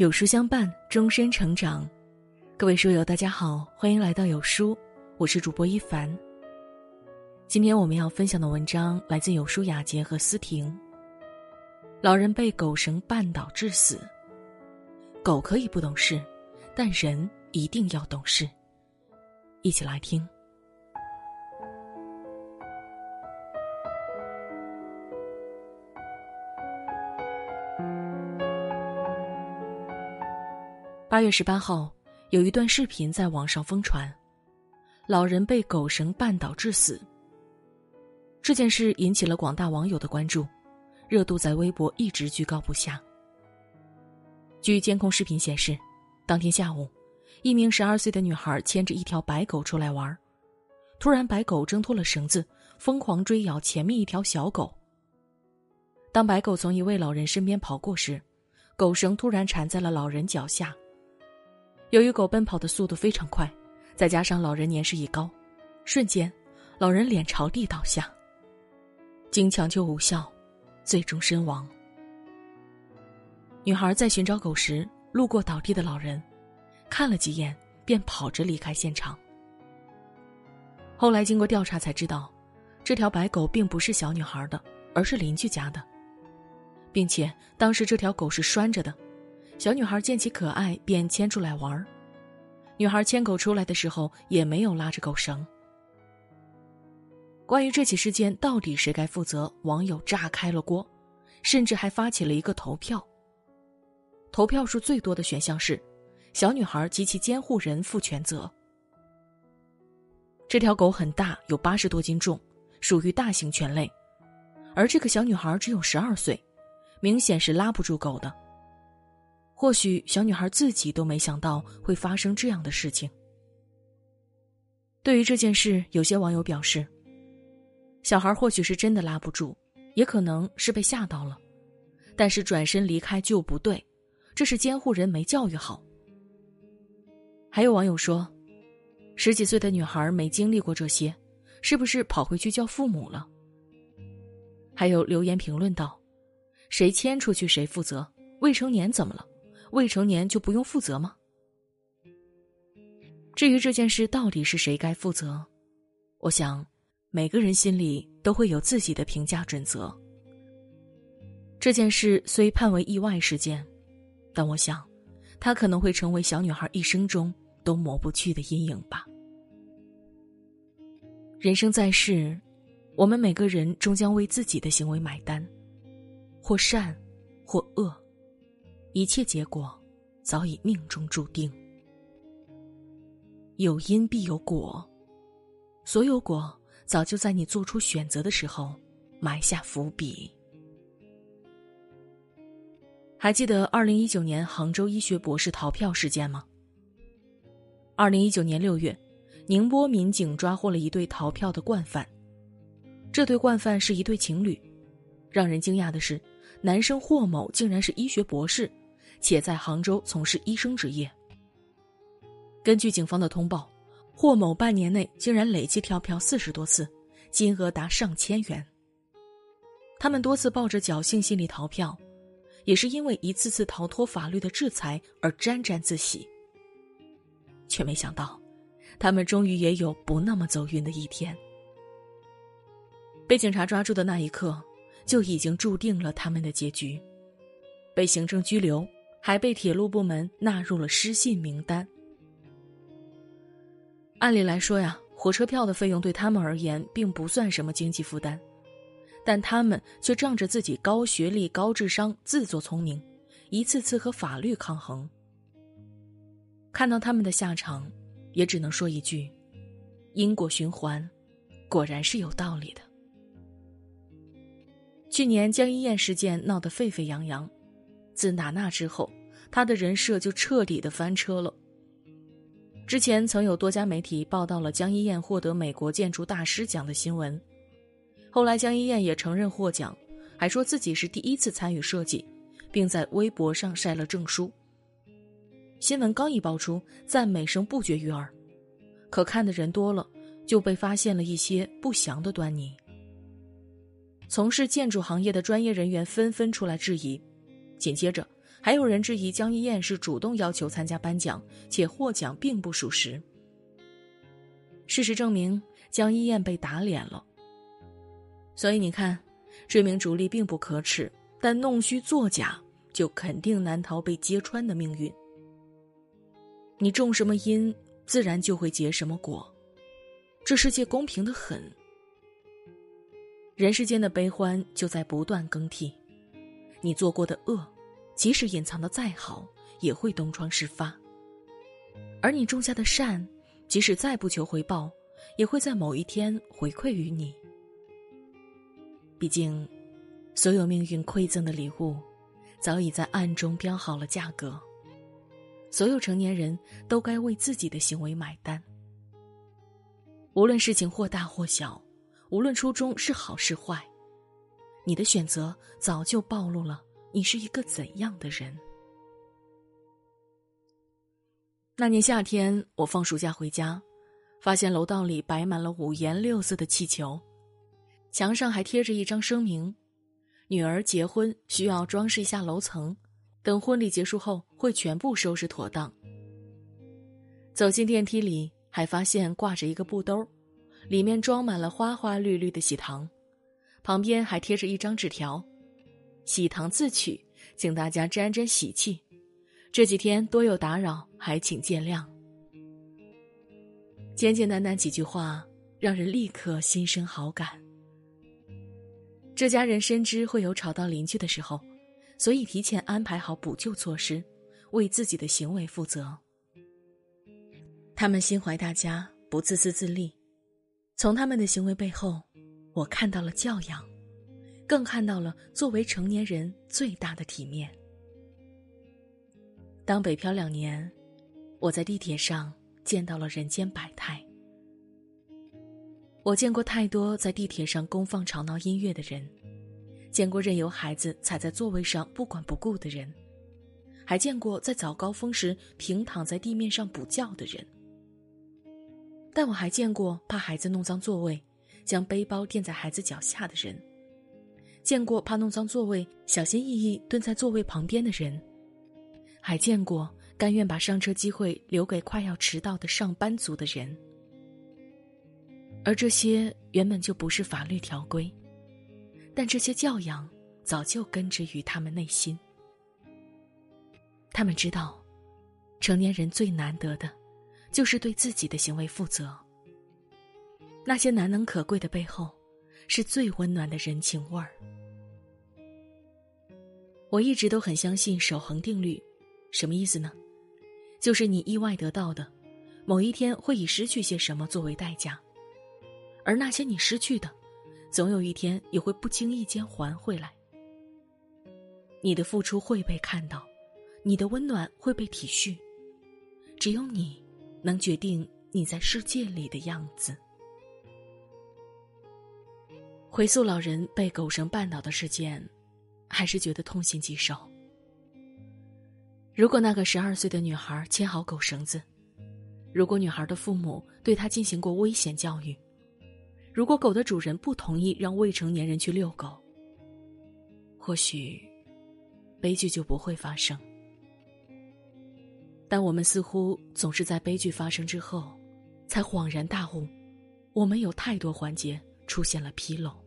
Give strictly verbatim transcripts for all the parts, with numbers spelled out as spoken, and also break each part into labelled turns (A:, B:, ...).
A: 有书相伴，终身成长。各位书友大家好，欢迎来到有书，我是主播一凡。今天我们要分享的文章来自有书雅洁和思婷。老人被狗绳绊倒致死。狗可以不懂事，但人一定要懂事。一起来听。八月十八号，有一段视频在网上疯传，老人被狗绳绊倒致死。这件事引起了广大网友的关注，热度在微博一直居高不下。据监控视频显示，当天下午，一名十二岁的女孩牵着一条白狗出来玩，突然白狗挣脱了绳子，疯狂追咬前面一条小狗。当白狗从一位老人身边跑过时，狗绳突然缠在了老人脚下。由于狗奔跑的速度非常快，再加上老人年事已高，瞬间老人脸朝地倒下，经抢救无效，最终身亡。女孩在寻找狗时路过倒地的老人，看了几眼便跑着离开现场。后来经过调查才知道，这条白狗并不是小女孩的，而是邻居家的，并且当时这条狗是拴着的，小女孩见其可爱便牵出来玩。女孩牵狗出来的时候也没有拉着狗绳。关于这起事件到底谁该负责，网友炸开了锅，甚至还发起了一个投票。投票数最多的选项是小女孩及其监护人负全责。这条狗很大，有八十多斤重，属于大型犬类，而这个小女孩只有十二岁，明显是拉不住狗的。或许小女孩自己都没想到会发生这样的事情。对于这件事，有些网友表示，小孩或许是真的拉不住，也可能是被吓到了，但是转身离开就不对，这是监护人没教育好。还有网友说，十几岁的女孩没经历过这些，是不是跑回去叫父母了？还有留言评论道，谁牵出去谁负责，未成年怎么了？未成年就不用负责吗？至于这件事到底是谁该负责，我想每个人心里都会有自己的评价准则。这件事虽判为意外事件，但我想它可能会成为小女孩一生中都抹不去的阴影吧。人生在世，我们每个人终将为自己的行为买单，或善或恶，一切结果早已命中注定。有因必有果，所有果早就在你做出选择的时候埋下伏笔。还记得二零一九年杭州医学博士逃票事件吗？二零一九年六月，宁波民警抓获了一对逃票的惯犯。这对惯犯是一对情侣，让人惊讶的是，男生霍某竟然是医学博士，且在杭州从事医生职业。根据警方的通报，霍某半年内竟然累计跳票四十多次，金额达上千元。他们多次抱着侥幸心理逃票，也是因为一次次逃脱法律的制裁而沾沾自喜。却没想到，他们终于也有不那么走运的一天。被警察抓住的那一刻，就已经注定了他们的结局，被行政拘留，还被铁路部门纳入了失信名单。按理来说呀，火车票的费用对他们而言并不算什么经济负担，但他们却仗着自己高学历高智商自作聪明，一次次和法律抗衡。看到他们的下场，也只能说一句，因果循环果然是有道理的。去年江一燕事件闹得沸沸扬扬，自打那之后，他的人设就彻底的翻车了。之前曾有多家媒体报道了江一燕获得美国建筑大师奖的新闻，后来江一燕也承认获奖，还说自己是第一次参与设计，并在微博上晒了证书。新闻刚一爆出，赞美声不绝于耳，可看的人多了，就被发现了一些不祥的端倪。从事建筑行业的专业人员纷纷出来质疑，紧接着还有人质疑江一燕是主动要求参加颁奖，且获奖并不属实。事实证明，江一燕被打脸了。所以你看，追名逐利并不可耻，但弄虚作假就肯定难逃被揭穿的命运。你种什么因，自然就会结什么果。这世界公平得很。人世间的悲欢就在不断更替。你做过的恶，即使隐藏得再好，也会东窗事发。而你种下的善，即使再不求回报，也会在某一天回馈于你。毕竟，所有命运馈赠的礼物，早已在暗中标好了价格。所有成年人都该为自己的行为买单。无论事情或大或小，无论初衷是好是坏，你的选择早就暴露了你是一个怎样的人。那年夏天，我放暑假回家，发现楼道里摆满了五颜六色的气球，墙上还贴着一张声明：女儿结婚需要装饰一下楼层，等婚礼结束后会全部收拾妥当。走进电梯里，还发现挂着一个布兜，里面装满了花花绿绿的喜糖，旁边还贴着一张纸条：喜糖自取，请大家沾沾喜气，这几天多有打扰，还请见谅。简简单单几句话，让人立刻心生好感。这家人深知会有吵到邻居的时候，所以提前安排好补救措施，为自己的行为负责。他们心怀大家，不自私自利。从他们的行为背后，我看到了教养，更看到了作为成年人最大的体面。当北漂两年，我在地铁上见到了人间百态。我见过太多在地铁上公放吵闹音乐的人，见过任由孩子踩在座位上不管不顾的人，还见过在早高峰时平躺在地面上补觉的人。但我还见过怕孩子弄脏座位，将背包垫在孩子脚下的人，见过怕弄脏座位，小心翼翼蹲在座位旁边的人，还见过甘愿把上车机会留给快要迟到的上班族的人。而这些原本就不是法律条规，但这些教养早就根植于他们内心。他们知道，成年人最难得的就是对自己的行为负责。那些难能可贵的背后，是最温暖的人情味儿。我一直都很相信守恒定律，什么意思呢？就是你意外得到的，某一天会以失去些什么作为代价，而那些你失去的，总有一天也会不经意间还回来。你的付出会被看到，你的温暖会被体恤，只有你能决定你在世界里的样子。回溯老人被狗绳绊倒的事件，还是觉得痛心疾首。如果那个十二岁的女孩牵好狗绳子，如果女孩的父母对她进行过危险教育，如果狗的主人不同意让未成年人去遛狗，或许悲剧就不会发生。但我们似乎总是在悲剧发生之后才恍然大悟，我们有太多环节出现了纰漏。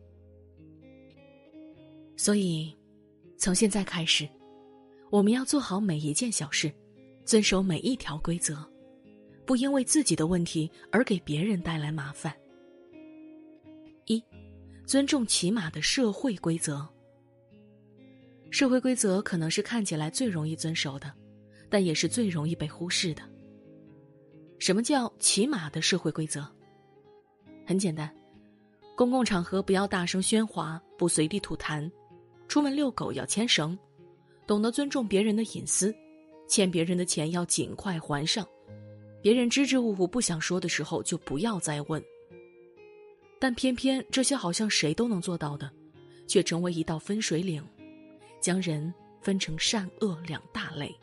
A: 所以从现在开始，我们要做好每一件小事，遵守每一条规则，不因为自己的问题而给别人带来麻烦。一，尊重起码的社会规则。社会规则可能是看起来最容易遵守的，但也是最容易被忽视的。什么叫起码的社会规则？很简单，公共场合不要大声喧哗，不随地吐痰，出门遛狗要牵绳，懂得尊重别人的隐私，欠别人的钱要尽快还上，别人支支吾吾不想说的时候就不要再问。但偏偏这些好像谁都能做到的，却成为一道分水岭，将人分成善恶两大类。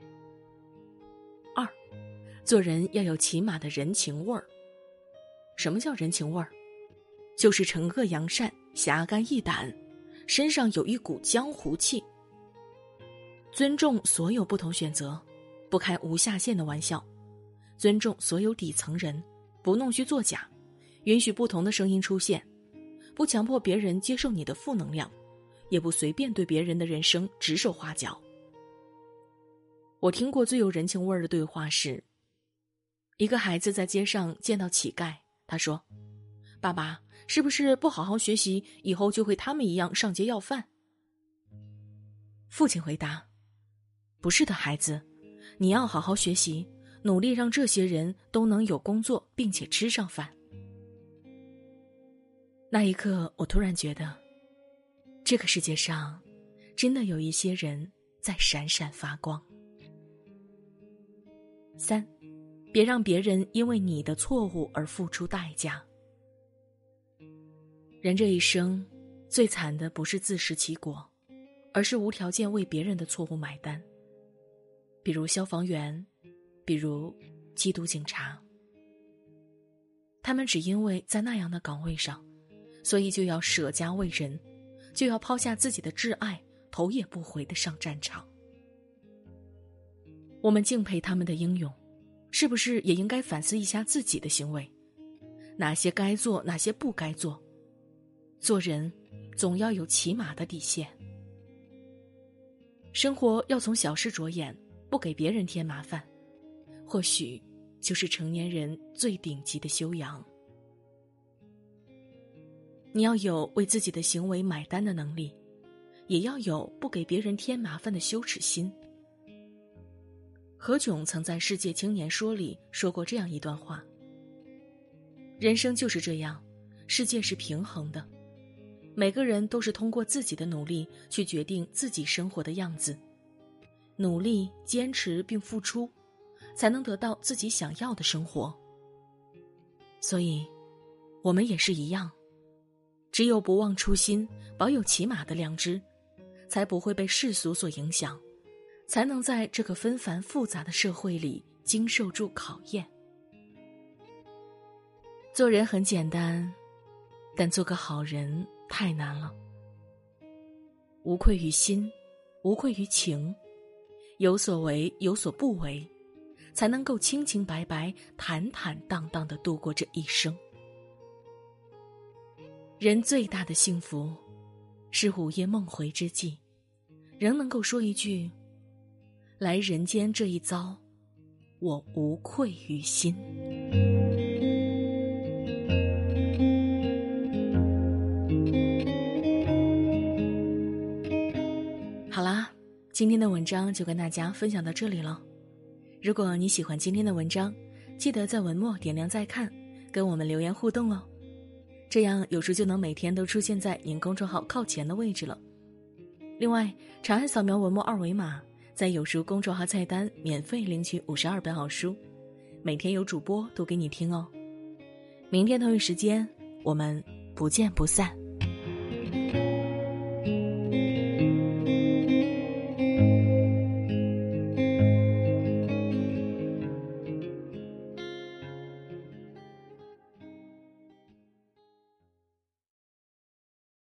A: 二，做人要有起码的人情味儿。什么叫人情味儿？就是惩恶扬善，侠肝义胆，身上有一股江湖气。 尊重所有不同选择，不开无下限的玩笑，尊重所有底层人，不弄虚作假，允许不同的声音出现，不强迫别人接受你的负能量，也不随便对别人的人生指手画脚。我听过最有人情味儿的对话是，一个孩子在街上见到乞丐，他说：爸爸，是不是不好好学习，以后就会他们一样上街要饭？父亲回答：不是的，孩子，你要好好学习，努力让这些人都能有工作，并且吃上饭。那一刻，我突然觉得，这个世界上真的有一些人在闪闪发光。三，别让别人因为你的错误而付出代价。人这一生，最惨的不是自食其果，而是无条件为别人的错误买单。比如消防员，比如缉毒警察。他们只因为在那样的岗位上，所以就要舍家为人，就要抛下自己的挚爱，头也不回地上战场。我们敬佩他们的英勇，是不是也应该反思一下自己的行为？哪些该做，哪些不该做？做人总要有起码的底线。生活要从小事着眼，不给别人添麻烦，或许就是成年人最顶级的修养。你要有为自己的行为买单的能力，也要有不给别人添麻烦的羞耻心。何炅曾在《世界青年说》里说过这样一段话：人生就是这样，世界是平衡的，每个人都是通过自己的努力去决定自己生活的样子，努力、坚持并付出，才能得到自己想要的生活。所以，我们也是一样，只有不忘初心，保有起码的良知，才不会被世俗所影响，才能在这个纷繁复杂的社会里经受住考验。做人很简单，但做个好人太难了。无愧于心，无愧于情，有所为，有所不为，才能够清清白白、坦坦荡荡地度过这一生。人最大的幸福，是午夜梦回之际，仍能够说一句：来人间这一遭，我无愧于心。好啦，今天的文章就跟大家分享到这里了。如果你喜欢今天的文章，记得在文末点亮再看，跟我们留言互动哦。这样有书就能每天都出现在您公众号靠前的位置了。另外，长按扫描文末二维码，在有书公众号菜单免费领取五十二本好书，每天有主播读给你听哦。明天同一时间，我们不见不散。